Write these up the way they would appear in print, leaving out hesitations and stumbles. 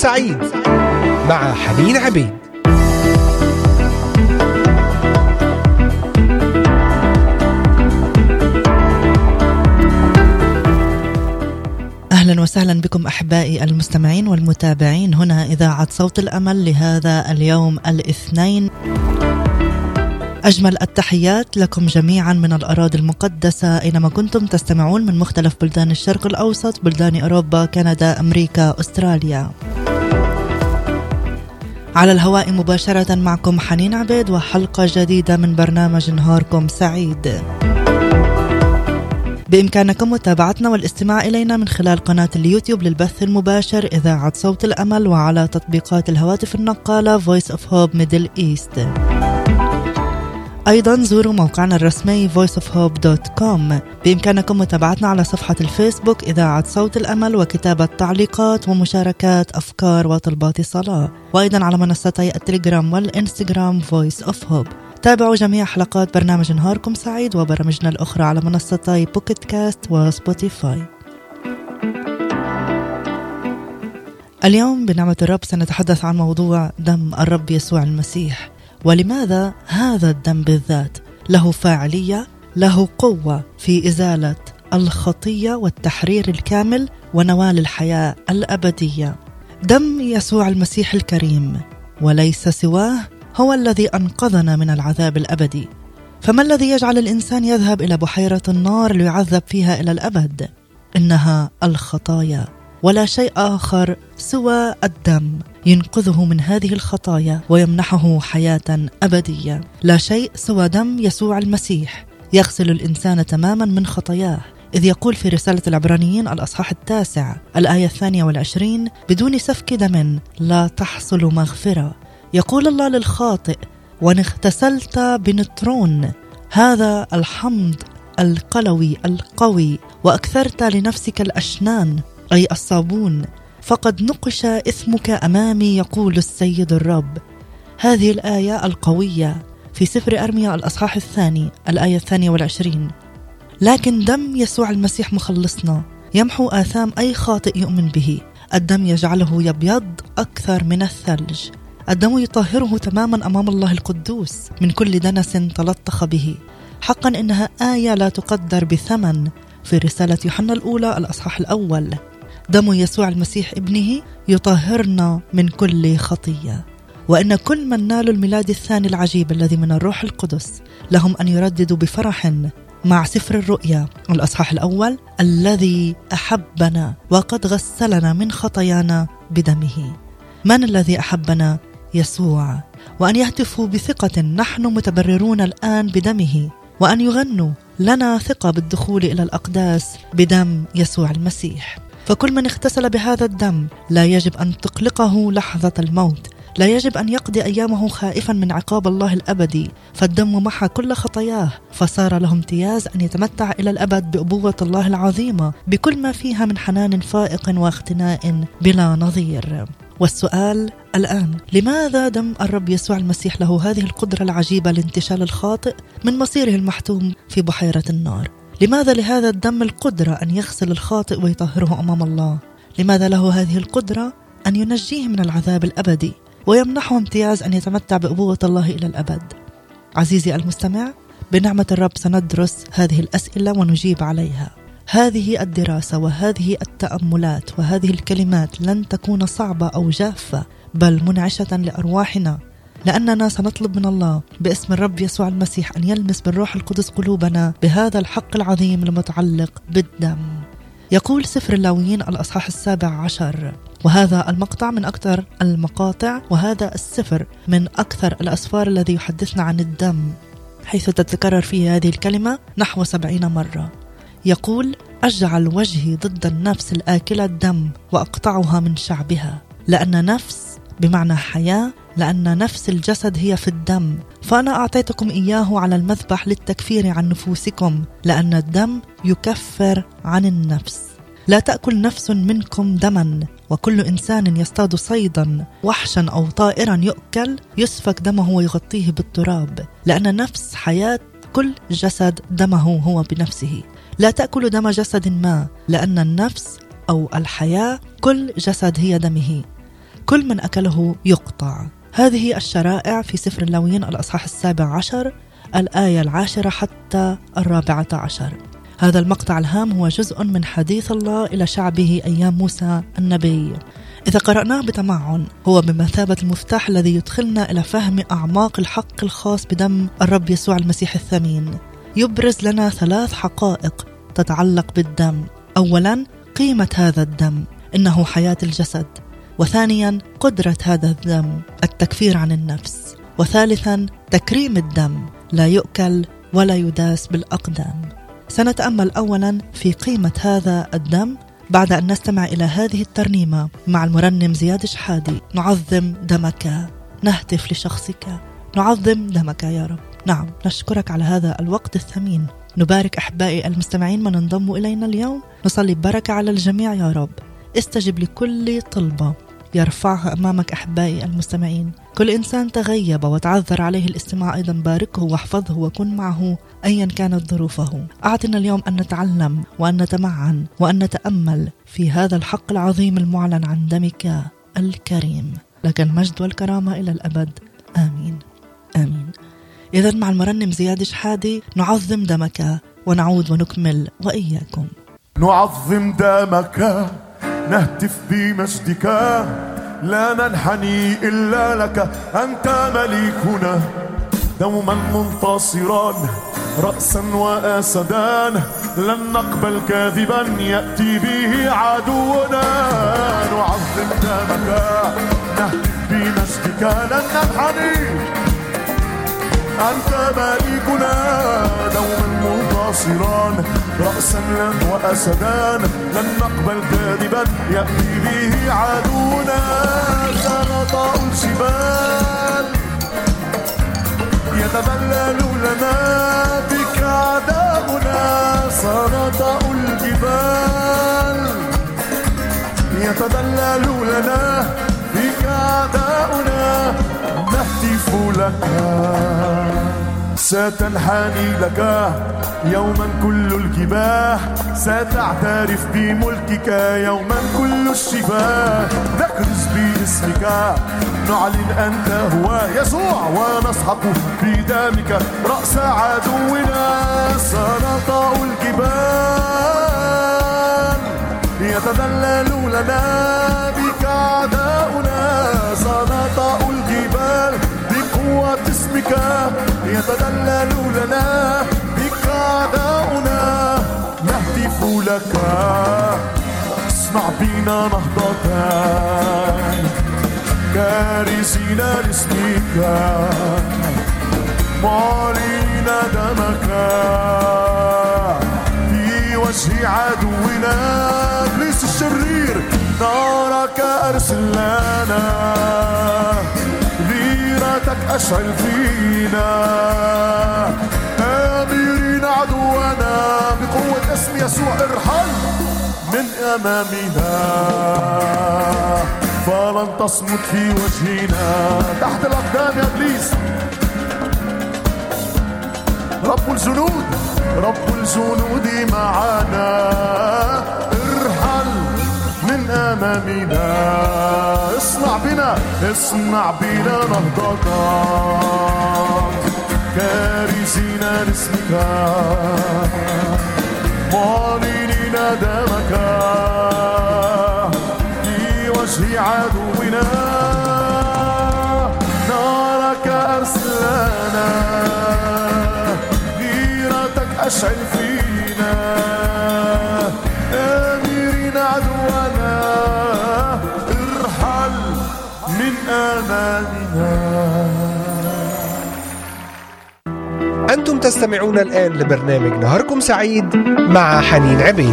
سعيد مع حنين عبيد. أهلا وسهلا بكم أحبائي المستمعين والمتابعين هنا إذاعة صوت الأمل لهذا اليوم الاثنين. أجمل التحيات لكم جميعا من الأراضي المقدسة أينما كنتم تستمعون من مختلف بلدان الشرق الأوسط، بلدان أوروبا، كندا، أمريكا، أستراليا. على الهواء مباشرة معكم حنين عبيد وحلقة جديدة من برنامج نهاركم سعيد. بإمكانكم متابعتنا والاستماع إلينا من خلال قناة اليوتيوب للبث المباشر إذاعة صوت الأمل، وعلى تطبيقات الهواتف النقالة Voice of Hope Middle East. أيضا زوروا موقعنا الرسمي voiceofhope.com. بإمكانكم متابعتنا على صفحة الفيسبوك إذاعة صوت الأمل وكتابة تعليقات ومشاركات أفكار وطلبات صلاة، وأيضا على منصتي التليجرام والإنستغرام Voice of Hope. تابعوا جميع حلقات برنامج نهاركم سعيد وبرامجنا الأخرى على منصتي بوكيت كاست وسبوتيفاي. اليوم بنعمة الرب سنتحدث عن موضوع دم الرب يسوع المسيح، ولماذا هذا الدم بالذات له فاعلية، له قوة في إزالة الخطية والتحرير الكامل ونوال الحياة الأبدية. دم يسوع المسيح الكريم وليس سواه هو الذي أنقذنا من العذاب الأبدي. فما الذي يجعل الإنسان يذهب إلى بحيرة النار ليعذب فيها إلى الأبد؟ إنها الخطايا، ولا شيء آخر سوى الدم ينقذه من هذه الخطايا ويمنحه حياة أبدية. لا شيء سوى دم يسوع المسيح يغسل الإنسان تماما من خطاياه، إذ يقول في رسالة العبرانيين الأصحاح 9 الآية 22: بدون سفك دم لا تحصل مغفرة. يقول الله للخاطئ: وإن اغتسلت بنترون، هذا الحمض القلوي القوي، وأكثرت لنفسك الأشنان أي الصابون، فقد نقش إثمك أمامي، يقول السيد الرب. هذه الآية القوية في سفر أرميا الأصحاح 2 الآية 22. لكن دم يسوع المسيح مخلصنا يمحو آثام أي خاطئ يؤمن به. الدم يجعله يبيض أكثر من الثلج. الدم يطهره تماما أمام الله القدوس من كل دنس تلطخ به. حقا إنها آية لا تقدر بثمن في رسالة يوحنا الأولى الأصحاح 1. دم يسوع المسيح ابنه يطهرنا من كل خطية. وإن كل من نالوا الميلاد الثاني العجيب الذي من الروح القدس لهم أن يرددوا بفرح مع سفر الرؤيا الأصحاح 1: الذي أحبنا وقد غسلنا من خطايانا بدمه. من الذي أحبنا؟ يسوع. وأن يهتفوا بثقة: نحن متبررون الآن بدمه، وأن يغنوا: لنا ثقة بالدخول إلى الأقداس بدم يسوع المسيح. فكل من اغتسل بهذا الدم لا يجب أن تقلقه لحظة الموت، لا يجب أن يقضي أيامه خائفا من عقاب الله الأبدي، فالدم محى كل خطاياه، فصار له امتياز أن يتمتع إلى الأبد بأبوة الله العظيمة بكل ما فيها من حنان فائق واختناء بلا نظير. والسؤال الآن: لماذا دم الرب يسوع المسيح له هذه القدرة العجيبة لانتشال الخاطئ من مصيره المحتوم في بحيرة النار؟ لماذا لهذا الدم القدرة أن يغسل الخاطئ ويطهره أمام الله؟ لماذا له هذه القدرة أن ينجيه من العذاب الأبدي ويمنحه امتياز أن يتمتع بأبوة الله إلى الأبد؟ عزيزي المستمع، بنعمة الرب سندرس هذه الأسئلة ونجيب عليها. هذه الدراسة وهذه التأملات وهذه الكلمات لن تكون صعبة أو جافة، بل منعشة لأرواحنا، لأننا سنطلب من الله باسم الرب يسوع المسيح أن يلمس بالروح القدس قلوبنا بهذا الحق العظيم المتعلق بالدم. يقول سفر اللاويين الأصحاح 17، وهذا المقطع من أكثر المقاطع، وهذا السفر من أكثر الأسفار الذي يحدثنا عن الدم، حيث تتكرر فيه هذه الكلمة نحو 70 مرة. يقول: أجعل وجهي ضد النفس الآكلة الدم وأقطعها من شعبها، لأن نفس بمعنى حياة، لأن نفس الجسد هي في الدم، فأنا أعطيتكم إياه على المذبح للتكفير عن نفوسكم، لأن الدم يكفر عن النفس. لا تأكل نفس منكم دما، وكل إنسان يصطاد صيدا وحشا أو طائرا يؤكل يسفك دمه ويغطيه بالتراب، لأن نفس حياة كل جسد دمه هو بنفسه. لا تأكل دم جسد ما، لأن النفس أو الحياة كل جسد هي دمه. كل من أكله يقطع. هذه الشرائع في سفر اللاويين الأصحاح 17 الآية 10 حتى 14. هذا المقطع الهام هو جزء من حديث الله إلى شعبه أيام موسى النبي. إذا قرأناه بتمعن هو بمثابة المفتاح الذي يدخلنا إلى فهم أعماق الحق الخاص بدم الرب يسوع المسيح الثمين. يبرز لنا 3 حقائق تتعلق بالدم. أولا، قيمة هذا الدم، إنه حياة الجسد. وثانيا، قدرة هذا الدم التكفير عن النفس. وثالثا، تكريم الدم، لا يؤكل ولا يداس بالأقدام. سنتأمل أولا في قيمة هذا الدم بعد أن نستمع إلى هذه الترنيمة مع المرنم زياد شحادي. نعظم دمك، نهتف لشخصك، نعظم دمك يا رب. نعم، نشكرك على هذا الوقت الثمين. نبارك أحبائي المستمعين من انضموا إلينا اليوم. نصلي بركة على الجميع يا رب. استجب لكل طلبة يرفعها أمامك أحبائي المستمعين. كل إنسان تغيب وتعذر عليه الاستماع أيضا باركه واحفظه وكن معه أيا كانت ظروفه. أعطنا اليوم أن نتعلم وأن نتمعن وأن نتأمل في هذا الحق العظيم المعلن عن دمك الكريم. لك المجد والكرامة إلى الأبد. آمين آمين. إذن مع المرنم زياد شحادي نعظم دمك، ونعود ونكمل وإياكم. نعظم دمك، نهتف بمجدك، لا ننحني إلا لك، أنت مليكنا دوما منتصرا، رأسا وأسدا، لن نقبل كاذبا يأتي به عدونا. نعظم دمك، نهتف بمجدك، لن ننحني، أنت مليكنا دوما منتصرا، رأسا وأسدا، لن نقبل كاذبا يأتي به عدونا. سنطأ الجبال يتذلل لنا بك أعداؤنا، سنطأ الجبال يتذلل لنا بك أعداؤنا، نهتف لك، ستنحني لك يوما كل الجباه، ستعترف بملكك يوما كل الشفاه، نكرز باسمك، نعلن أنت هو يسوع، ونسحق بدمك رأس عدونا. سنطأ الجبال يتذلل لنا بك أعداؤنا، سنطأ الجبال بقوة اسمك، يتذلل لنا بك أعداؤنا، نهتف لك، اصنع بنا نهضة، كارثين لاسمك، معلنين دمك في وجه عدونا. إبليس الشرير نارك أرسل لنا، غيرتك أشعل فينا، آمرين عدونا بقوة اسم يسوع، ارحل من أمامنا، فلن تصمت في وجهنا. تحت الأقدام يا إبليس، رب الجنود، رب الجنود معنا، ارحل من أمامنا، اصنع بنا نهضة، كارثين لاسمك، معلنين دمك في وجه عدونا. نارك أرسلنا، غيرتك أشعل فينا، آمرين عدونا، ارحل من أمامنا. أنتم تستمعون الآن لبرنامج نهاركم سعيد مع حنين عبيد.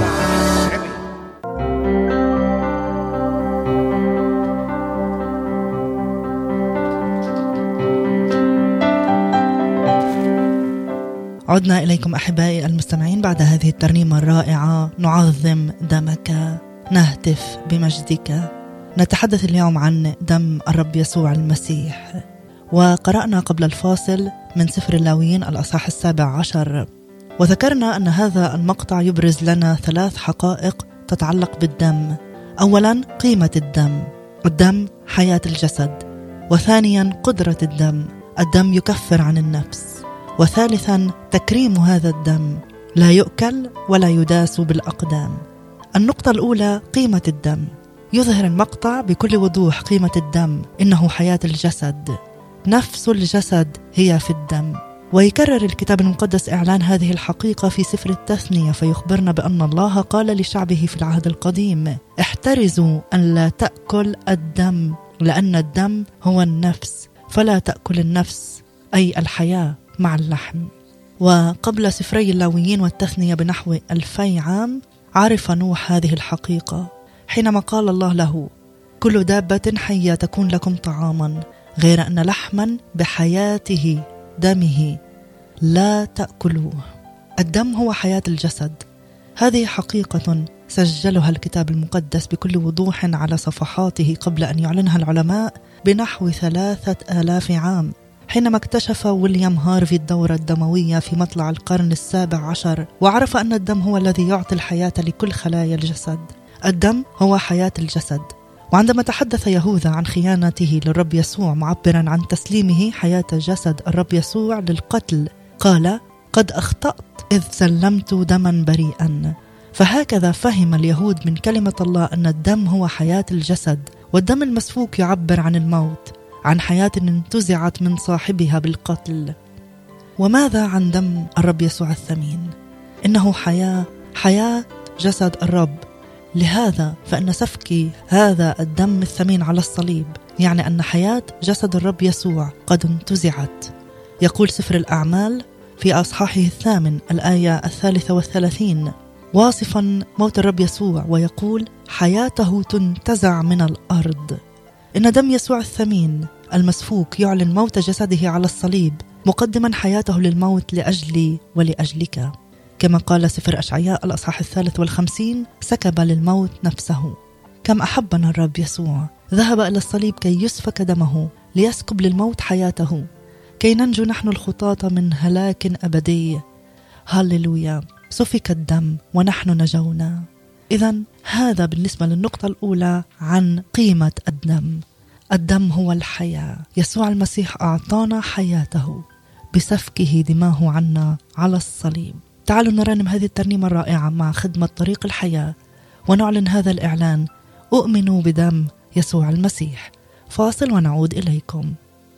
عدنا إليكم أحبائي المستمعين بعد هذه الترنيمة الرائعة. نعظم دمك، نهتف بمجدك. نتحدث اليوم عن دم الرب يسوع المسيح، وقرأنا قبل الفاصل من سفر اللاويين الأصحاح 17، وذكرنا أن هذا المقطع يبرز لنا 3 حقائق تتعلق بالدم. أولا، قيمة الدم. الدم حياة الجسد. وثانيا قدرة الدم يكفر عن النفس. وثالثا تكريم هذا الدم، لا يؤكل ولا يداس بالأقدام. النقطة الأولى قيمة الدم. يظهر المقطع بكل وضوح قيمة الدم، إنه حياة الجسد، نفس الجسد هي في الدم. ويكرر الكتاب المقدس إعلان هذه الحقيقة في سفر التثنية، فيخبرنا بأن الله قال لشعبه في العهد القديم: احترزوا أن لا تأكل الدم، لأن الدم هو النفس، فلا تأكل النفس أي الحياة مع اللحم. وقبل سفري اللاويين والتثنية بنحو 2000 عام عرف نوح هذه الحقيقة حينما قال الله له: كل دابة حية تكون لكم طعاما، غير أن لحما بحياته دمه لا تأكلوه. الدم هو حياة الجسد. هذه حقيقة سجلها الكتاب المقدس بكل وضوح على صفحاته قبل أن يعلنها العلماء بنحو 3000 عام، حينما اكتشف ويليام هارفي الدورة الدموية في مطلع القرن 17 وعرف أن الدم هو الذي يعطي الحياة لكل خلايا الجسد. الدم هو حياة الجسد. وعندما تحدث يهوذا عن خيانته للرب يسوع معبرا عن تسليمه حياة جسد الرب يسوع للقتل، قال: قد أخطأت إذ سلمت دما بريئا. فهكذا فهم اليهود من كلمة الله أن الدم هو حياة الجسد، والدم المسفوك يعبر عن الموت، عن حياة انتزعت من صاحبها بالقتل. وماذا عن دم الرب يسوع الثمين؟ إنه حياة جسد الرب. لهذا فإن سفك هذا الدم الثمين على الصليب يعني أن حياة جسد الرب يسوع قد انتزعت. يقول سفر الأعمال في أصحاحه 8 الآية 33 واصفا موت الرب يسوع ويقول: حياته تنتزع من الأرض. إن دم يسوع الثمين المسفوك يعلن موت جسده على الصليب، مقدما حياته للموت لأجلي ولأجلك، كما قال سفر أشعياء الأصحاح 53: سكب للموت نفسه. كم أحبنا الرب يسوع، ذهب إلى الصليب كي يسفك دمه ليسكب للموت حياته، كي ننجو نحن الخطاة من هلاك أبدي. هاليلويا، سفك الدم ونحن نجونا. إذن هذا بالنسبة للنقطة الأولى عن قيمة الدم. الدم هو الحياة. يسوع المسيح أعطانا حياته بسفكه دماه عنا على الصليب. تعالوا نرنم هذه الترنيمة الرائعة مع خدمة طريق الحياة ونعلن هذا الإعلان: أؤمن بدم يسوع المسيح. فاصل ونعود إليكم.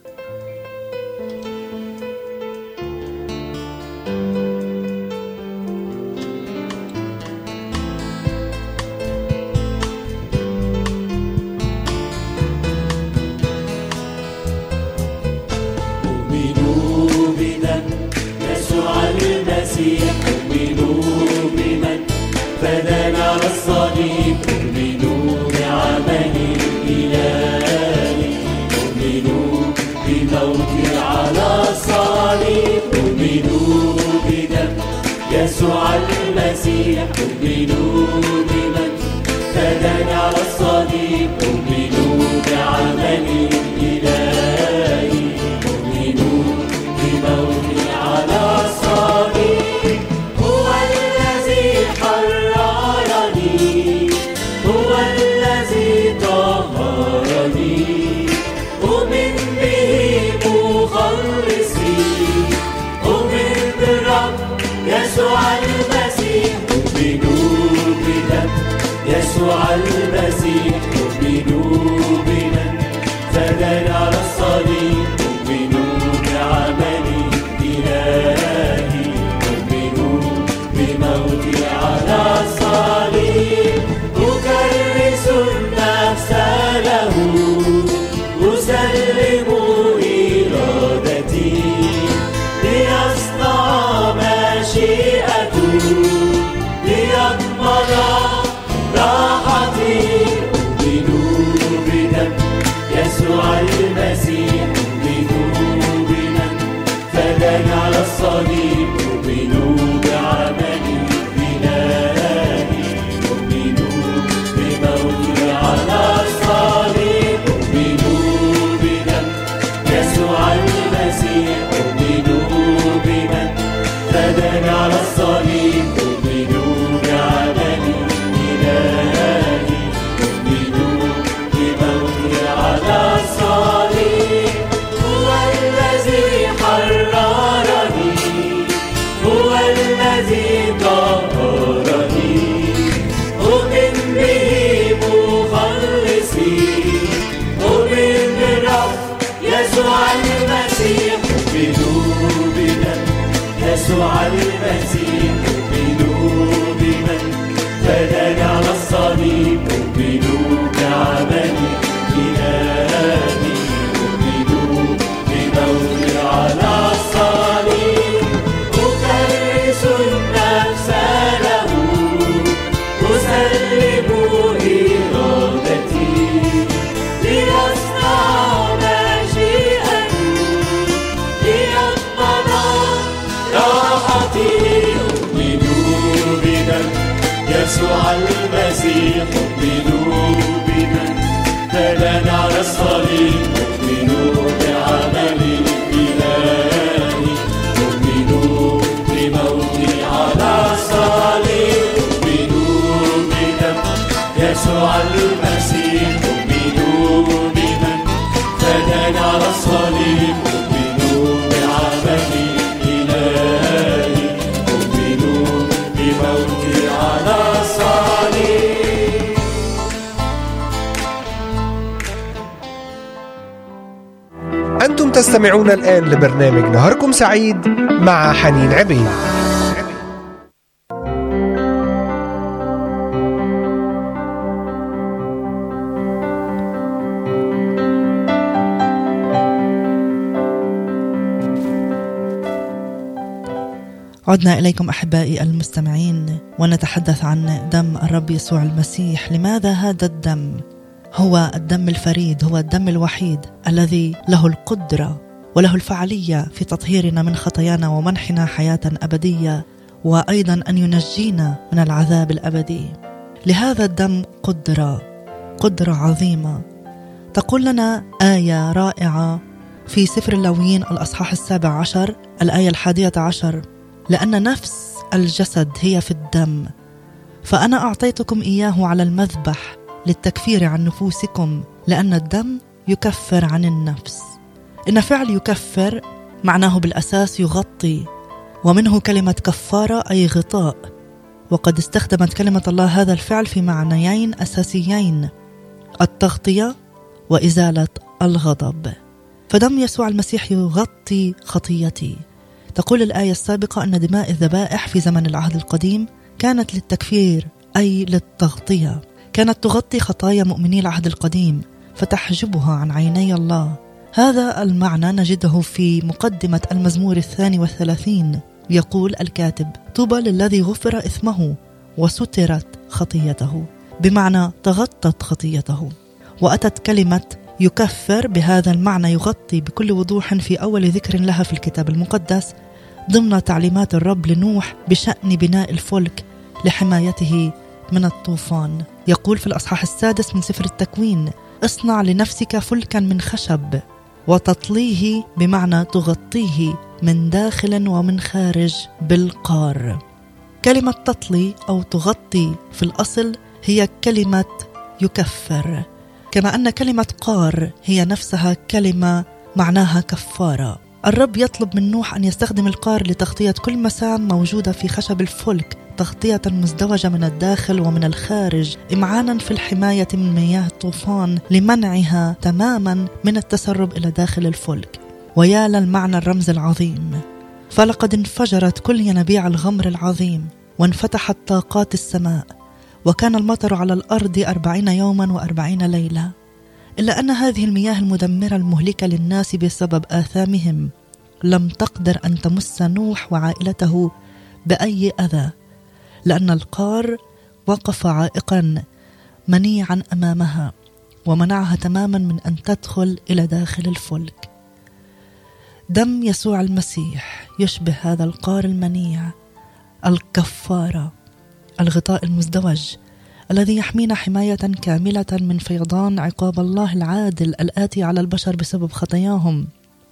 يسوع المسيح، أؤمنوا بمن فدانا على الصليب، أؤمنوا بعمل الإلهي، أؤمنوا بموته على الصليب. هو الذي حررني، هو الذي طهرني، أؤمن به مخلصي، أؤمن بالرب يسوع المسيح، أؤمنوا بدم يسوع المسيح، أؤمنوا بمن فدانا على الصليب، أؤمنوا بعمل إلهي، أؤمنوا بموته على الصليب. أكرس النفس له، أسلم إرادتي ليصنع مشيئته، ليضمن راحتي. أؤمنوا بدم يسوع المسيح. أؤمنوا بمن فدانا على الصليب، أؤمنوا بعمل الإله، أؤمنوا بموته على الصليب، أؤمنوا بدم يسوع المسيح، أؤمنوا بمن فدانا على الصليب، أؤمنوا بعمل الإله، أؤمنوا بموته على الصليب. أنتم تستمعون الآن لبرنامج نهاركم سعيد مع حنين عبيد. عدنا إليكم أحبائي المستمعين ونتحدث عن دم الرب يسوع المسيح. لماذا هذا الدم هو الدم الفريد، هو الدم الوحيد الذي له القدرة وله الفعالية في تطهيرنا من خطايانا ومنحنا حياة أبدية، وأيضا أن ينجينا من العذاب الأبدي. لهذا الدم قدرة عظيمة. تقول لنا آية رائعة في سفر اللاويين الأصحاح 17 الآية 11: لأن نفس الجسد هي في الدم، فأنا أعطيتكم إياه على المذبح للتكفير عن نفوسكم، لأن الدم يكفر عن النفس. إن فعل يكفر معناه بالأساس يغطي، ومنه كلمة كفارة أي غطاء، وقد استخدمت كلمة الله هذا الفعل في معنيين أساسيين: التغطية وإزالة الغضب. فدم يسوع المسيح يغطي خطيتي. تقول الآية السابقة أن دماء الذبائح في زمن العهد القديم كانت للتكفير أي للتغطية، كانت تغطي خطايا مؤمني العهد القديم فتحجبها عن عيني الله. هذا المعنى نجده في مقدمة المزمور 32. يقول الكاتب: طوبى للذي غفر إثمه وسترت خطيته، بمعنى تغطت خطيته. وأتت كلمة يكفر بهذا المعنى يغطي بكل وضوح في أول ذكر لها في الكتاب المقدس ضمن تعليمات الرب لنوح بشأن بناء الفلك لحمايته من الطوفان. يقول في الأصحاح 6 من سفر التكوين: اصنع لنفسك فلكا من خشب وتطليه، بمعنى تغطيه من داخل ومن خارج بالقار. كلمة تطلي أو تغطي في الأصل هي كلمة يكفر، كما أن كلمة قار هي نفسها كلمة معناها كفارة. الرب يطلب من نوح أن يستخدم القار لتغطية كل مسام موجودة في خشب الفلك، تغطية مزدوجة من الداخل ومن الخارج، إمعانا في الحماية من مياه الطوفان لمنعها تماما من التسرب إلى داخل الفلك. ويا للمعنى الرمز العظيم، فلقد انفجرت كل ينابيع الغمر العظيم وانفتحت طاقات السماء، وكان المطر على الأرض 40 يوما و40 ليلة، إلا أن هذه المياه المدمرة المهلكة للناس بسبب آثامهم لم تقدر أن تمس نوح وعائلته بأي أذى، لأن القار وقف عائقا منيعا أمامها ومنعها تماما من أن تدخل إلى داخل الفلك. دم يسوع المسيح يشبه هذا القار المنيع، الكفارة، الغطاء المزدوج الذي يحمينا حماية كاملة من فيضان عقاب الله العادل الآتي على البشر بسبب خطاياهم.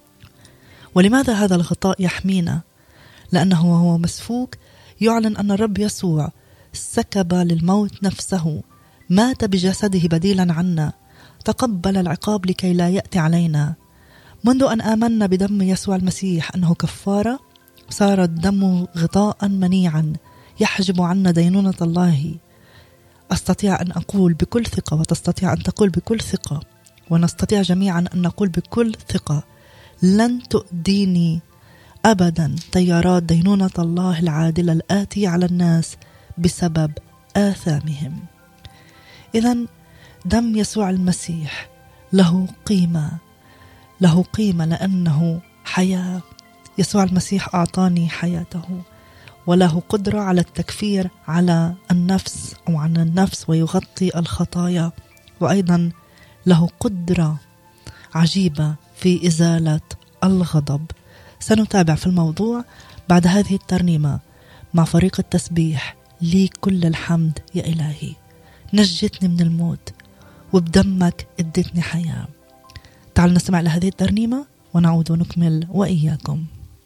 ولماذا هذا الغطاء يحمينا؟ لأنه هو مسفوك يعلن أن الرب يسوع سكب للموت نفسه، مات بجسده بديلا عنا، تقبل العقاب لكي لا يأتي علينا. منذ أن آمنا بدم يسوع المسيح أنه كفارة، صار الدم غطاء منيعا يحجب عنا دينونة الله. أستطيع أن أقول بكل ثقة، وتستطيع أن تقول بكل ثقة، ونستطيع جميعا أن نقول بكل ثقة: لن تؤديني أبدا تيارات دينونة الله العادلة الآتي على الناس بسبب آثامهم. إذن دم يسوع المسيح له قيمة، له قيمة لأنه حياة. يسوع المسيح أعطاني حياته، وله قدرة على التكفير على النفس أو عن النفس ويغطي الخطايا، وأيضا له قدرة عجيبة في إزالة الغضب. سنتابع في الموضوع بعد هذه الترنيمة مع فريق التسبيح لي كل الحمد يا إلهي، نجتني من الموت وبدمك ادتني حياة. تعالوا نستمع لهذه الترنيمة ونعود ونكمل وإياكم.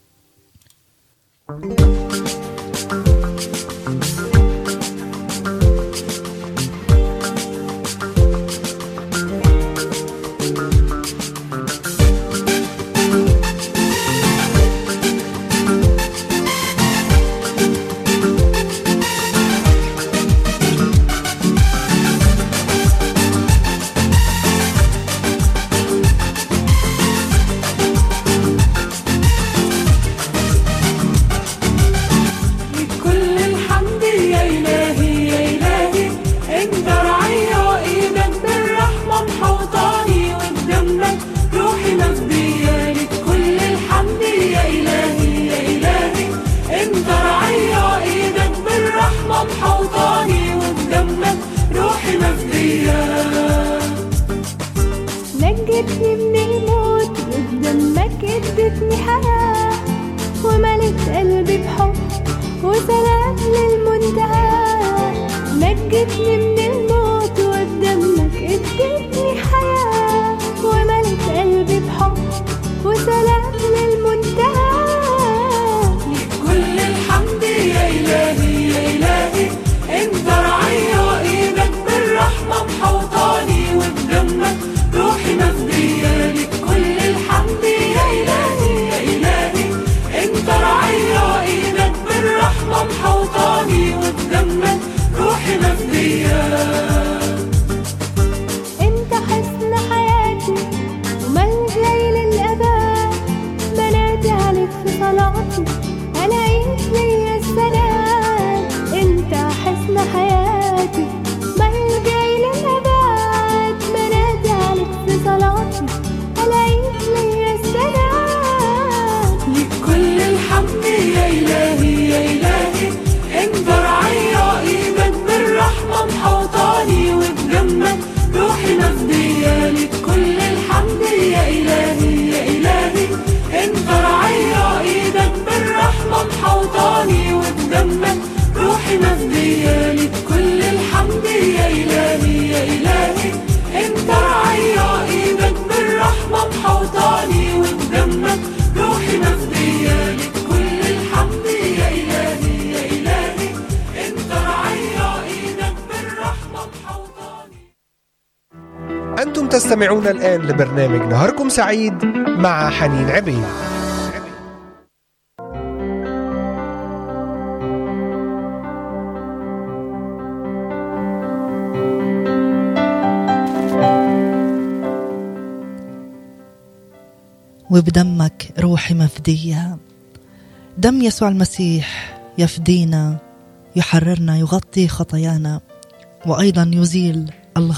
نجتني من الموت وبدمك ادتني حياة، وملت قلبي بحب وسلام للمنتهى. نجتني من الموت وبدمك ادتني حياة، وملت قلبي بحب وسلام للمنتهى. كل الحمد يا إلهي يا إلهي، انت رعية ايدك بالرحمة محوطاني، وبدمك روحي مفدية. لك كل الحمد يا إلهي يا إلهي، انت رعية ايدك بالرحمة محوطاني، وبدمك روحي مفدية. انت حسن حياتي وملجأي للأبد، بنادي عليك في صلاتي ألاقيك ليا السلام. انت حسن حياتي ملجأي للأبد، بنادي عليك في صلاتي ألاقيك ليا السلام. لك كل الحمد يا إلهي يا إلهي، انت رعية ايدك بالرحمة محوطاني، وبدمك روحي مفدية. لك كل الحمد يا إلهي يا إلهي، انت رعية ايدك بالرحمة محوطاني، وبدمك روحي مفدية. لك كل الحمد يا إلهي يا إلهي، انت رعية ايدك بالرحمة محوطاني، وبدمك روحي مفدية. لك كل الحمد يا إلهي يا إلهي، انت رعية ايدك بالرحمة محوطاني. أنتم تستمعون الآن لبرنامج نهاركم سعيد مع حنين عبيد. وبدمك روحي مفدية. دم يسوع المسيح يفدينا، يحررنا، يغطي خطايانا، وأيضا يزيل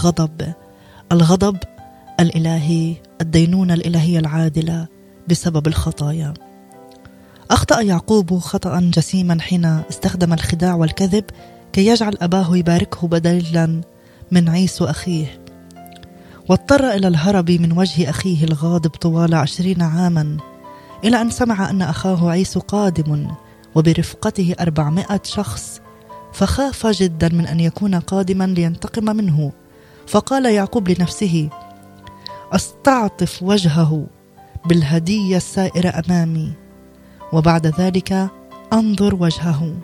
الغضب الإلهي، الدينونة الإلهية العادلة بسبب الخطايا. أخطأ يعقوب خطأ جسيما حين استخدم الخداع والكذب كي يجعل أباه يباركه بدلا من عيسو أخيه، واضطر إلى الهرب من وجه أخيه الغاضب طوال 20 عاما، إلى أن سمع أن أخاه عيسو قادم وبرفقته 400 شخص، فخاف جدا من أن يكون قادما لينتقم منه. فقال يعقوب لنفسه: أستعطف وجهه بالهدية السائرة أمامي، وبعد ذلك أنظر وجهه.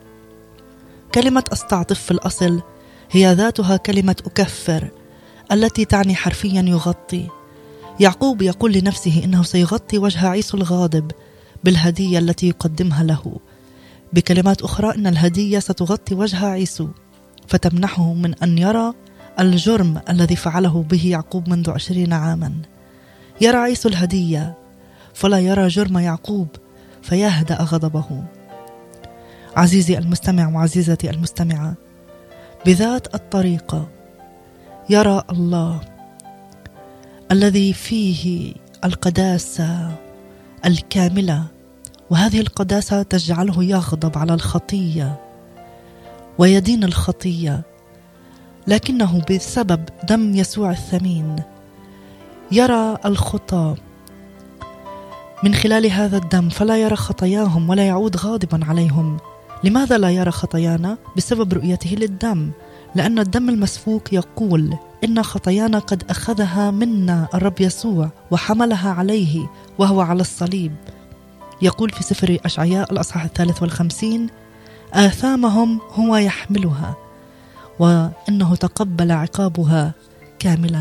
كلمة أستعطف في الأصل هي ذاتها كلمة أكفر، التي تعني حرفيا يغطي. يعقوب يقول لنفسه إنه سيغطي وجه عيسو الغاضب بالهدية التي يقدمها له. بكلمات أخرى، إن الهدية ستغطي وجه عيسو فتمنحه من أن يرى الجرم الذي فعله به يعقوب منذ 20 عاما. يرى عيسو الهدية فلا يرى جرم يعقوب فيهدأ غضبه. عزيزي المستمع وعزيزتي المستمعة، بذات الطريقة يرى الله الذي فيه القداسة الكاملة، وهذه القداسة تجعله يغضب على الخطية ويدين الخطية، لكنه بسبب دم يسوع الثمين يرى الخطى من خلال هذا الدم، فلا يرى خطاياهم ولا يعود غاضبا عليهم، لماذا لا يرى خطايانا؟ بسبب رؤيته للدم، لأن الدم المسفوك يقول إن خطايانا قد أخذها منا الرب يسوع وحملها عليه وهو على الصليب. يقول في سفر أشعياء الأصحاح 53: آثامهم هو يحملها وإنه تقبل عقابها كاملا.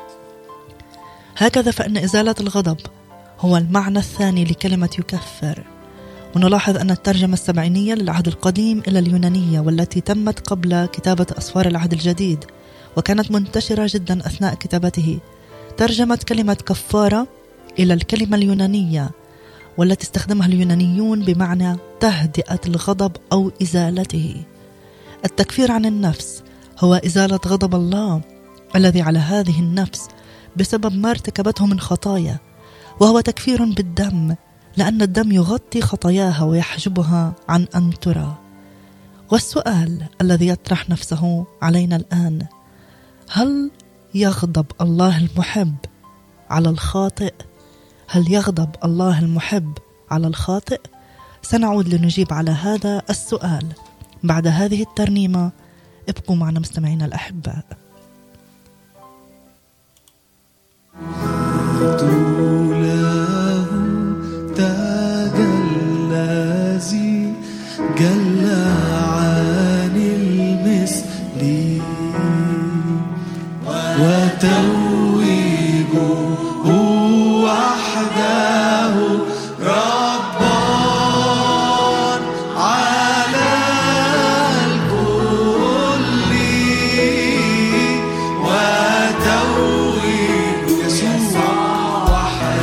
هكذا فإن إزالة الغضب هو المعنى الثاني لكلمة يكفر. ونلاحظ أن الترجمة السبعينية للعهد القديم إلى اليونانية والتي تمت قبل كتابة أسفار العهد الجديد وكانت منتشرة جدا أثناء كتابته ترجمت كلمة كفارة إلى الكلمة اليونانية والتي استخدمها اليونانيون بمعنى تهدئة الغضب أو إزالته. التكفير عن النفس هو إزالة غضب الله الذي على هذه النفس بسبب ما ارتكبته من خطايا، وهو تكفير بالدم لأن الدم يغطي خطاياها ويحجبها عن أن ترى. والسؤال الذي يطرح نفسه علينا الآن: هل يغضب الله المحب على الخاطئ؟ هل يغضب الله المحب على الخاطئ؟ سنعود لنجيب على هذا السؤال بعد هذه الترنيمة. ابقوا معنا مستمعينا الأحباء. جل عن المثل وتويجه وحده ربا على الكل، وتويج يسوع وحده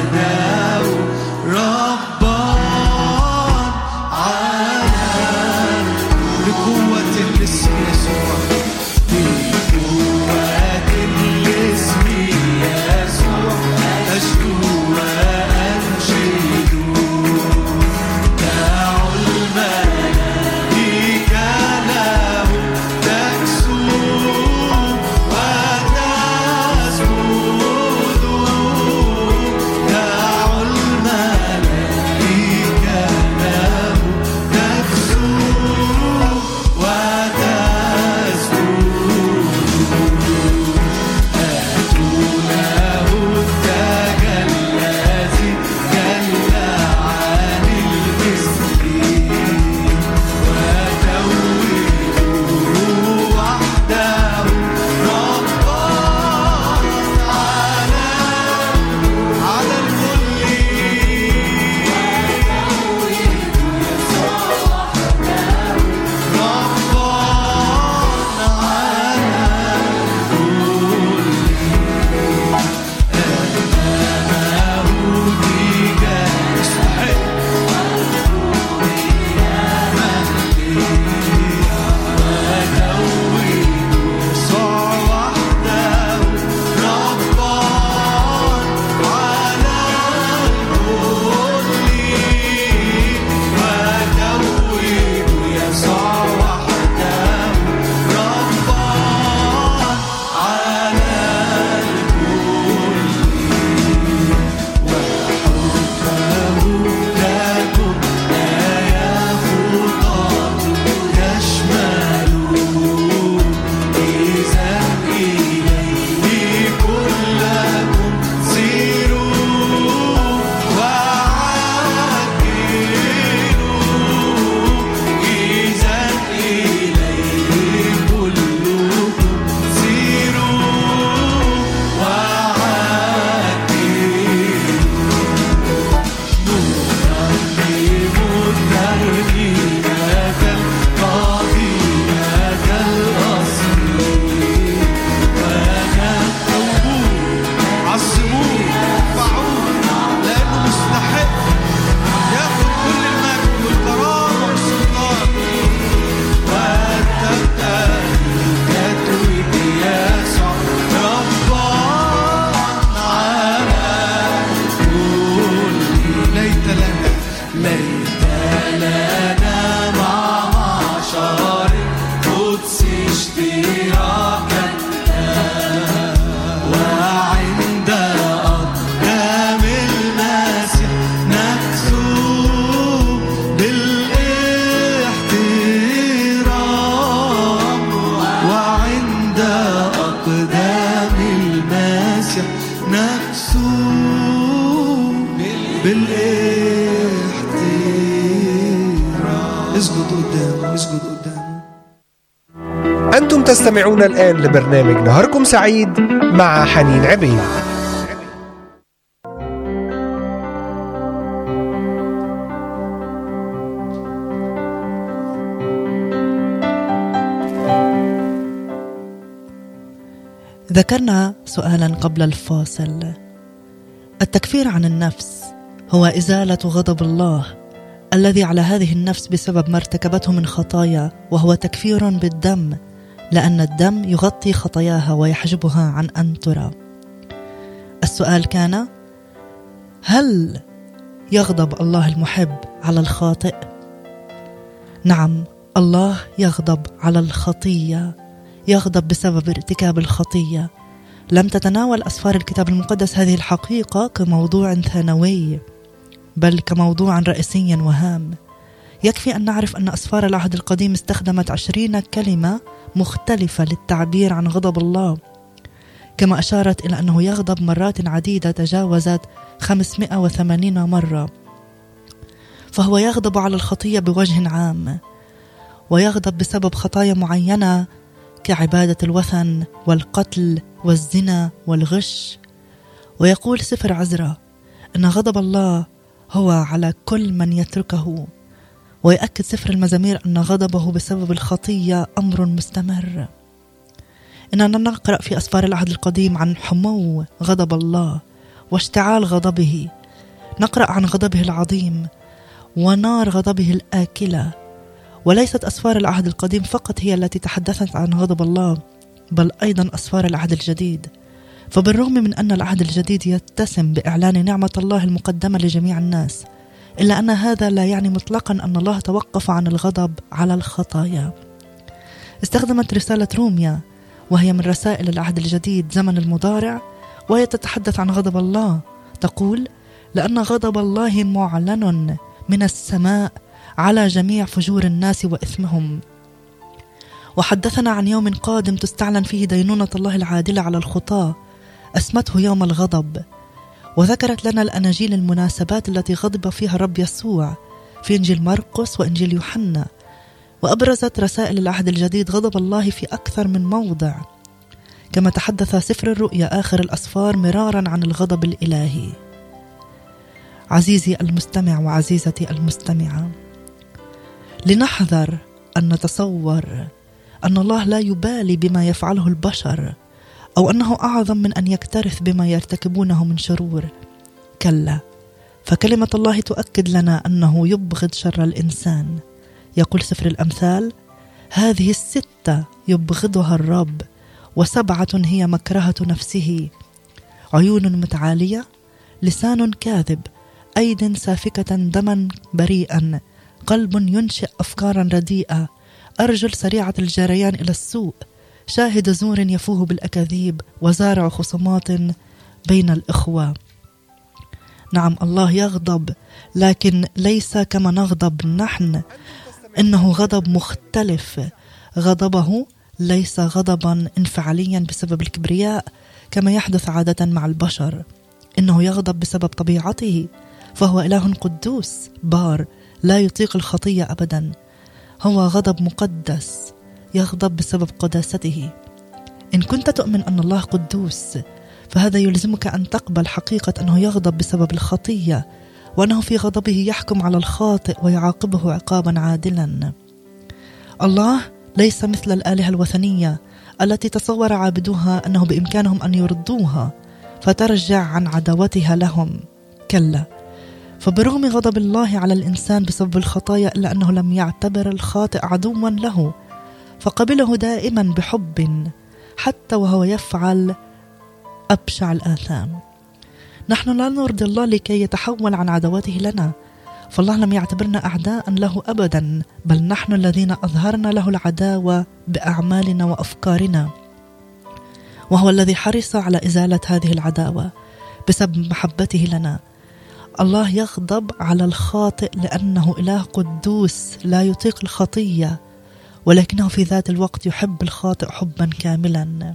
أقدام المسيح نفسه بالاحترام. اسجد قدامه، اسجد قدامه. أنتم تستمعون الآن لبرنامج نهاركم سعيد مع حنين عبيد. ذكرنا سؤالا قبل الفاصل. التكفير عن النفس هو إزالة غضب الله الذي على هذه النفس بسبب ما ارتكبته من خطايا، وهو تكفير بالدم، لأن الدم يغطي خطاياها ويحجبها عن أن ترى. السؤال كان: هل يغضب الله المحب على الخاطئ؟ نعم، الله يغضب على الخطية، يغضب بسبب ارتكاب الخطية. لم تتناول أسفار الكتاب المقدس هذه الحقيقة كموضوع ثانوي، بل كموضوع رئيسي وهام. يكفي أن نعرف أن أسفار العهد القديم استخدمت 20 كلمة مختلفة للتعبير عن غضب الله، كما أشارت إلى أنه يغضب مرات عديدة تجاوزت 580 مرة. فهو يغضب على الخطية بوجه عام، ويغضب بسبب خطايا معينة كعبادة الوثن والقتل والزنا والغش. ويقول سفر عزرا أن غضب الله هو على كل من يتركه. ويأكد سفر المزامير أن غضبه بسبب الخطية أمر مستمر. إننا نقرأ في أسفار العهد القديم عن حمو غضب الله واشتعال غضبه. نقرأ عن غضبه العظيم ونار غضبه الآكلة. وليست أسفار العهد القديم فقط هي التي تحدثت عن غضب الله، بل أيضا أسفار العهد الجديد. فبالرغم من أن العهد الجديد يتسم بإعلان نعمة الله المقدمة لجميع الناس، إلا أن هذا لا يعني مطلقا أن الله توقف عن الغضب على الخطايا. استخدمت رسالة روميا، وهي من رسائل العهد الجديد، زمن المضارع، وهي تتحدث عن غضب الله. تقول: لأن غضب الله معلن من السماء على جميع فجور الناس وإثمهم. وحدثنا عن يوم قادم تستعلن فيه دينونة الله العادلة على الخطاة، أسمته يوم الغضب. وذكرت لنا الأناجيل المناسبات التي غضب فيها الرب يسوع في إنجيل مرقس وإنجيل يوحنا. وأبرزت رسائل العهد الجديد غضب الله في أكثر من موضع، كما تحدث سفر الرؤيا آخر الأسفار مرارا عن الغضب الإلهي. عزيزي المستمع وعزيزتي المستمعة، لنحذر أن نتصور أن الله لا يبالي بما يفعله البشر، أو أنه أعظم من أن يكترث بما يرتكبونه من شرور. كلا، فكلمة الله تؤكد لنا أنه يبغض شر الإنسان. يقول سفر الأمثال: هذه 6 يبغضها الرب، و7 هي مكرهة نفسه: عيون متعالية، لسان كاذب، أيد سافكة دما بريئا، قلب ينشئ أفكارا رديئة، أرجل سريعة الجريان إلى السوء، شاهد زور يفوه بالأكاذيب، وزارع خصومات بين الإخوة. نعم، الله يغضب، لكن ليس كما نغضب نحن. إنه غضب مختلف. غضبه ليس غضبا انفعاليا بسبب الكبرياء كما يحدث عادة مع البشر. إنه يغضب بسبب طبيعته، فهو إله قدوس بار لا يطيق الخطية أبدا. هو غضب مقدس، يغضب بسبب قداسته. إن كنت تؤمن أن الله قدوس، فهذا يلزمك أن تقبل حقيقة أنه يغضب بسبب الخطية، وأنه في غضبه يحكم على الخاطئ ويعاقبه عقابا عادلا. الله ليس مثل الآلهة الوثنية التي تصور عابدوها أنه بإمكانهم أن يرضوها فترجع عن عداوتها لهم. كلا، فبرغم غضب الله على الإنسان بسبب الخطايا، إلا أنه لم يعتبر الخاطئ عدوا له، فقبله دائما بحب حتى وهو يفعل أبشع الآثام. نحن لا نرضي الله لكي يتحول عن عداوته لنا، فالله لم يعتبرنا أعداء له أبدا، بل نحن الذين أظهرنا له العداوة بأعمالنا وأفكارنا، وهو الذي حرص على إزالة هذه العداوة بسبب محبته لنا. الله يغضب على الخاطئ لأنه إله قدوس لا يطيق الخطية، ولكنه في ذات الوقت يحب الخاطئ حبا كاملا.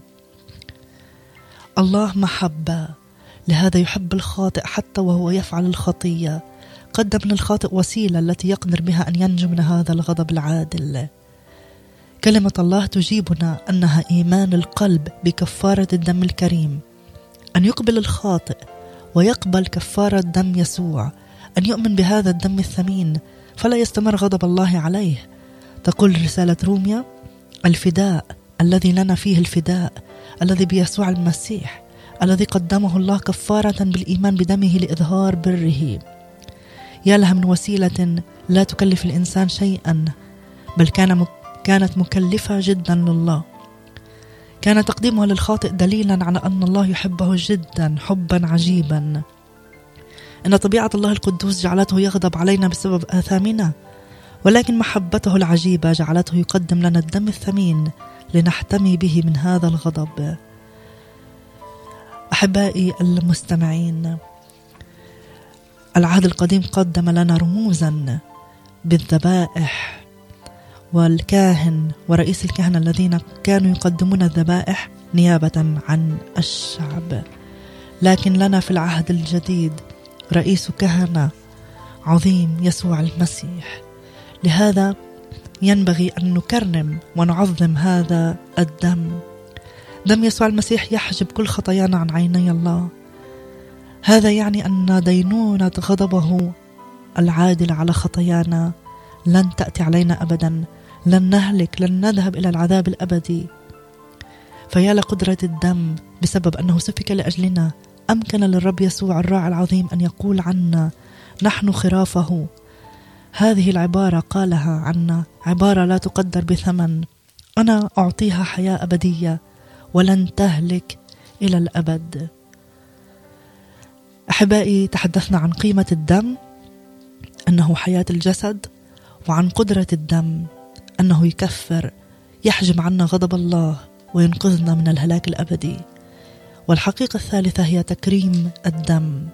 الله محبة، لهذا يحب الخاطئ حتى وهو يفعل الخطية. قدم للخاطئ وسيلة التي يقدر بها أن ينجو من هذا الغضب العادل. كلمة الله تجيبنا أنها إيمان القلب بكفارة الدم الكريم، أن يقبل الخاطئ ويقبل كفارة دم يسوع، أن يؤمن بهذا الدم الثمين فلا يستمر غضب الله عليه. تقول رسالة روميا: الفداء الذي لنا فيه الفداء الذي بيسوع المسيح الذي قدمه الله كفارة بالإيمان بدمه لإظهار بره. يا لها من وسيلة لا تكلف الإنسان شيئا، بل كانت مكلفة جدا لله. كان تقديمها للخاطئ دليلا على أن الله يحبه جدا حبا عجيبا. إن طبيعة الله القدوس جعلته يغضب علينا بسبب آثامنا، ولكن محبته العجيبة جعلته يقدم لنا الدم الثمين لنحتمي به من هذا الغضب. أحبائي المستمعين، العهد القديم قدم لنا رموزا بالذبائح، والكاهن ورئيس الكهنة الذين كانوا يقدمون الذبائح نيابة عن الشعب. لكن لنا في العهد الجديد رئيس كهنة عظيم يسوع المسيح، لهذا ينبغي أن نكرم ونعظم هذا الدم. دم يسوع المسيح يحجب كل خطايانا عن عيني الله. هذا يعني أن دينونة غضبه العادل على خطايانا لن تأتي علينا أبدا، لن نهلك، لن نذهب إلى العذاب الأبدي. فيا لقدرة الدم بسبب أنه سفك لأجلنا. أمكن للرب يسوع الراعي العظيم أن يقول عنا: نحن خرافه. هذه العبارة قالها عنا عبارة لا تقدر بثمن: أنا أعطيها حياة أبدية ولن تهلك إلى الأبد. أحبائي، تحدثنا عن قيمة الدم أنه حياة الجسد، وعن قدرة الدم أنه يكفر، يحجم عنا غضب الله وينقذنا من الهلاك الأبدي. والحقيقة الثالثة هي تكريم الدم.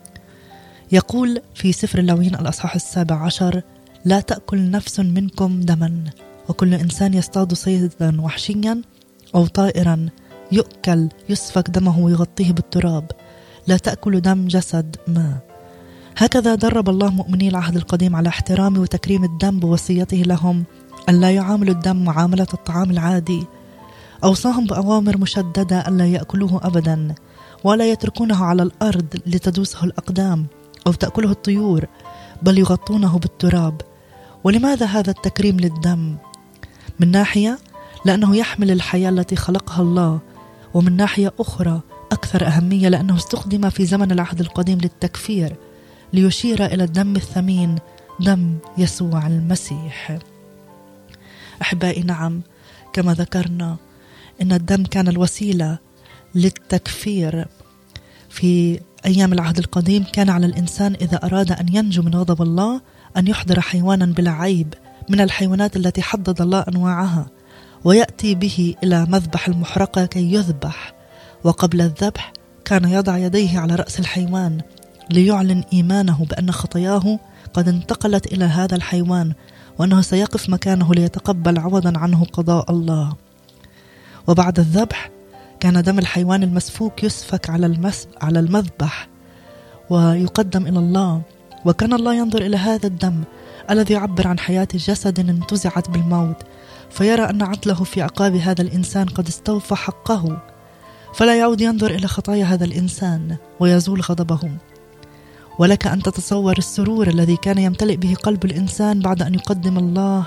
يقول في سفر اللاويين الأصحاح 17: لا تأكل نفس منكم دما، وكل إنسان يصطاد صيدا وحشيا أو طائرا يؤكل يسفك دمه ويغطيه بالتراب. لا تأكل دم جسد ما. هكذا درب الله مؤمني العهد القديم على احترام وتكريم الدم بوصيته لهم أن لا يعاملوا الدم معاملة الطعام العادي. أوصاهم بأوامر مشددة ألا يأكلوه أبدا، ولا يتركونه على الأرض لتدوسه الأقدام أو تأكله الطيور، بل يغطونه بالتراب. ولماذا هذا التكريم للدم؟ من ناحية لأنه يحمل الحياة التي خلقها الله، ومن ناحية أخرى أكثر أهمية لأنه استخدم في زمن العهد القديم للتكفير، ليشير إلى الدم الثمين، دم يسوع المسيح. أحبائي، نعم، كما ذكرنا إن الدم كان الوسيلة للتكفير. في أيام العهد القديم كان على الإنسان إذا أراد أن ينجو من غضب الله أن يحضر حيوانا بلا عيب من الحيوانات التي حدد الله أنواعها، ويأتي به إلى مذبح المحرقة كي يذبح. وقبل الذبح كان يضع يديه على رأس الحيوان ليعلن إيمانه بأن خطاياه قد انتقلت إلى هذا الحيوان، وأنه سيقف مكانه ليتقبل عوضا عنه قضاء الله. وبعد الذبح كان دم الحيوان المسفوك يسفك على المذبح ويقدم إلى الله. وكان الله ينظر إلى هذا الدم الذي يعبر عن حياة جسد انتزعت بالموت، فيرى أن عدله في عقاب هذا الإنسان قد استوفى حقه، فلا يعود ينظر إلى خطايا هذا الإنسان ويزول غضبه. ولك أن تتصور السرور الذي كان يمتلئ به قلب الإنسان بعد أن يقدم الله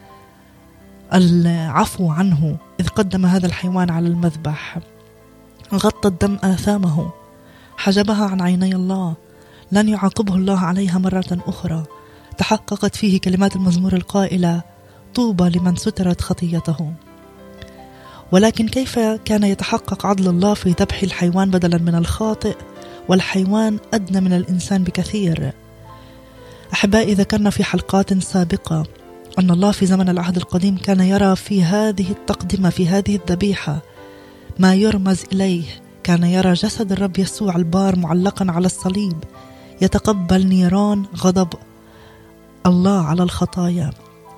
العفو عنه إذ قدم هذا الحيوان على المذبح. غطى الدم آثامه، حجبها عن عيني الله، لن يعاقبه الله عليها مرة أخرى. تحققت فيه كلمات المزمور القائلة: طوبى لمن سترت خطيته. ولكن كيف كان يتحقق عدل الله في ذبح الحيوان بدلا من الخاطئ؟ والحيوان أدنى من الإنسان بكثير. أحبائي، ذكرنا في حلقات سابقة أن الله في زمن العهد القديم كان يرى في هذه التقدمة، في هذه الذبيحة، ما يرمز إليه. كان يرى جسد الرب يسوع البار معلقا على الصليب يتقبل نيران غضب الله على الخطايا.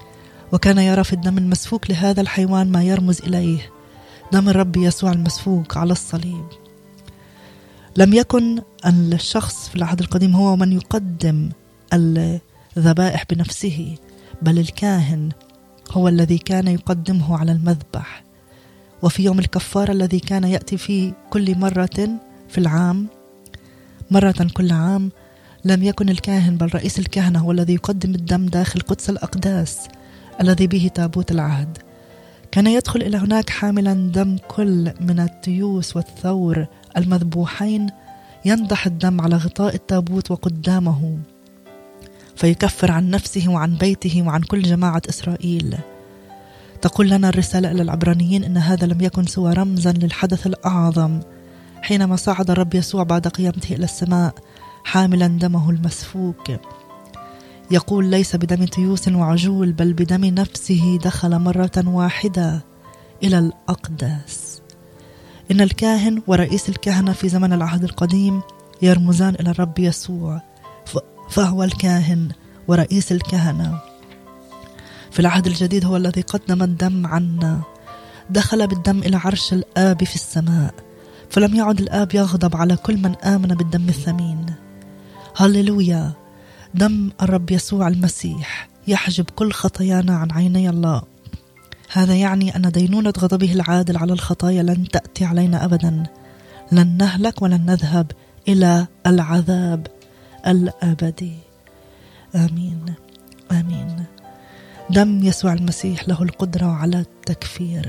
وكان يرى في الدم المسفوك لهذا الحيوان ما يرمز إليه، دم الرب يسوع المسفوك على الصليب. لم يكن الشخص في العهد القديم هو من يقدم الذبائح بنفسه، بل الكاهن هو الذي كان يقدمه على المذبح. وفي يوم الكفارة الذي كان يأتي فيه كل مرة في العام، مرة كل عام، لم يكن الكاهن بل رئيس الكهنة هو الذي يقدم الدم داخل قدس الأقداس الذي به تابوت العهد. كان يدخل إلى هناك حاملا دم كل من التيوس والثور المذبوحين، ينضح الدم على غطاء التابوت وقدامه، فيكفر عن نفسه وعن بيته وعن كل جماعة إسرائيل. تقول لنا الرسالة إلى العبرانيين إن هذا لم يكن سوى رمزا للحدث الأعظم حينما صعد الرب يسوع بعد قيامته إلى السماء حاملا دمه المسفوك. يقول ليس بدم تيوس وعجول بل بدم نفسه دخل مرة واحدة إلى الأقداس. إن الكاهن ورئيس الكهنة في زمن العهد القديم يرمزان إلى الرب يسوع، فهو الكاهن ورئيس الكهنة. في العهد الجديد هو الذي قدم الدم عنا، دخل بالدم إلى عرش الآب في السماء، فلم يعد الآب يغضب على كل من آمن بالدم الثمين. هللويا! دم الرب يسوع المسيح يحجب كل خطايانا عن عيني الله. هذا يعني أن دينونة غضبه العادل على الخطايا لن تأتي علينا أبدا، لن نهلك ولن نذهب إلى العذاب الأبدي. آمين آمين. دم يسوع المسيح له القدرة على التكفير.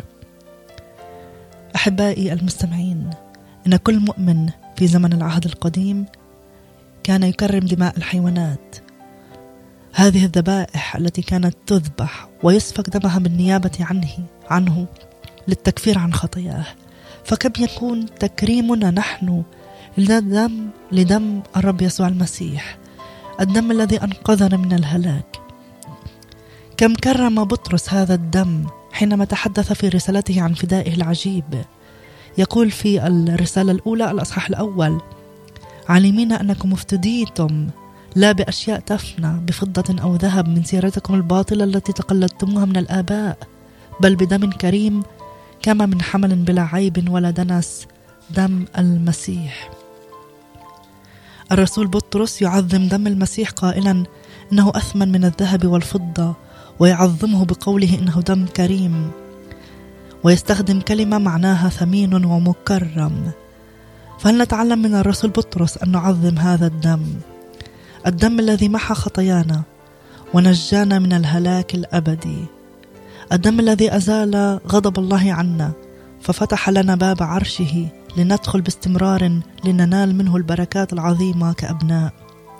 أحبائي المستمعين، إن كل مؤمن في زمن العهد القديم كان يكرم دماء الحيوانات، هذه الذبائح التي كانت تذبح ويسفك دمها بالنيابة عنه للتكفير عن خطاياه. فكم يكون تكريمنا نحن لدم الرب يسوع المسيح، الدم الذي أنقذنا من الهلاك. كم كرم بطرس هذا الدم حينما تحدث في رسالته عن فدائه العجيب. يقول في الرسالة الأولى الأصحاح الأول: عالمين أنكم افتديتم لا بأشياء تفنى بفضة أو ذهب من سيرتكم الباطلة التي تقلدتموها من الآباء، بل بدم كريم كما من حمل بلا عيب ولا دنس، دم المسيح. الرسول بطرس يعظم دم المسيح قائلا إنه أثمن من الذهب والفضة، ويعظمه بقوله إنه دم كريم، ويستخدم كلمة معناها ثمين ومكرم. فهل نتعلم من الرسول بطرس أن نعظم هذا الدم الذي محى خطايانا ونجانا من الهلاك الأبدي، الدم الذي أزال غضب الله عنا ففتح لنا باب عرشه لندخل باستمرار لننال منه البركات العظيمة كأبناء.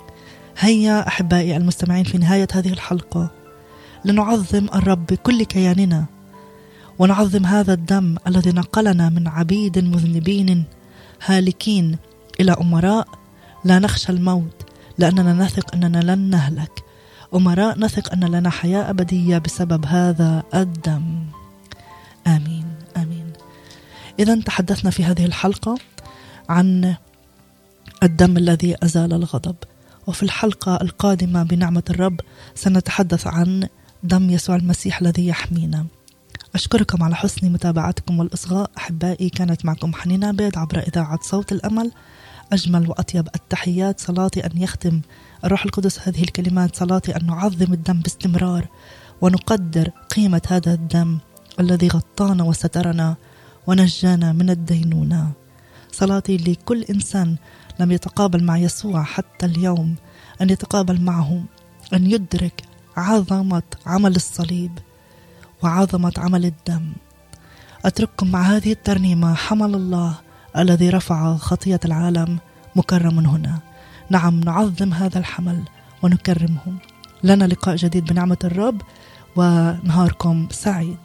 هيا أحبائي المستمعين، في نهاية هذه الحلقة لنعظم الرب بكل كياننا، ونعظم هذا الدم الذي نقلنا من عبيد مذنبين هالكين إلى أمراء لا نخشى الموت، لأننا نثق أننا لن نهلك، أمراء نثق أن لنا حياة أبدية بسبب هذا الدم. آمين آمين. إذن تحدثنا في هذه الحلقة عن الدم الذي أزال الغضب، وفي الحلقة القادمة بنعمة الرب سنتحدث عن دم يسوع المسيح الذي يحمينا. أشكركم على حسن متابعتكم والإصغاء أحبائي. كانت معكم حنينة بيض عبر إذاعة صوت الأمل. أجمل وأطيب التحيات. صلاتي أن يختم الروح القدس هذه الكلمات، صلاتي أن نعظم الدم باستمرار ونقدر قيمة هذا الدم الذي غطانا وسترنا ونجانا من الدينونة. صلاتي لكل إنسان لم يتقابل مع يسوع حتى اليوم أن يتقابل معه، أن يدرك عظمة عمل الصليب وعظمة عمل الدم. أترككم مع هذه الترنيمة: حمل الله الذي رفع خطية العالم مكرم هنا. نعم، نعظم هذا الحمل ونكرمه. لنا لقاء جديد بنعمة الرب، ونهاركم سعيد.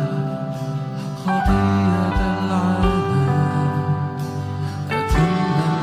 خطية العالم أتم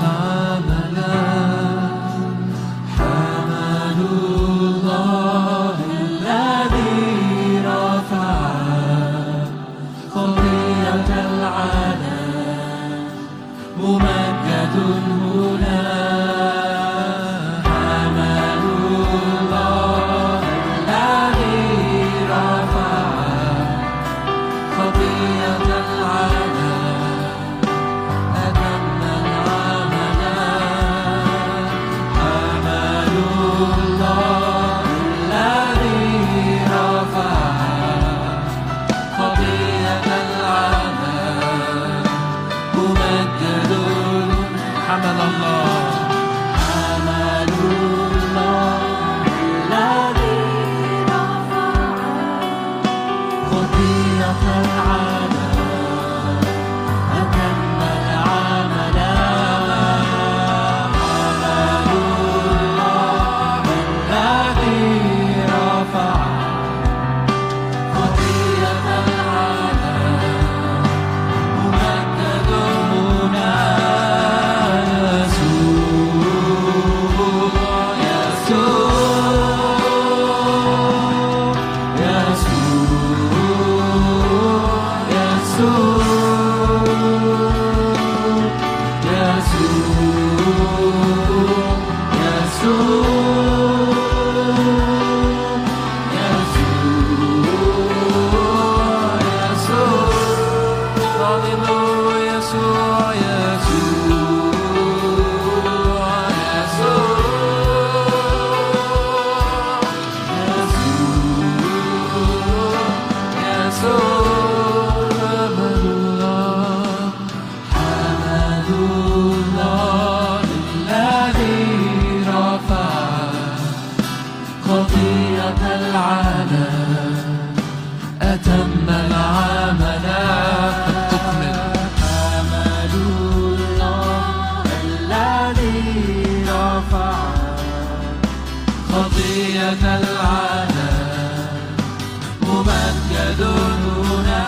خطيئة العالم أتم العمل تكمل. حمد الله الذي رفع خطيئة العالم ممجد هنا.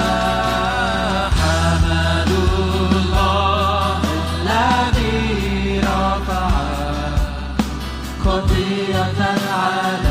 حمد الله الذي رفع خطيئة العالم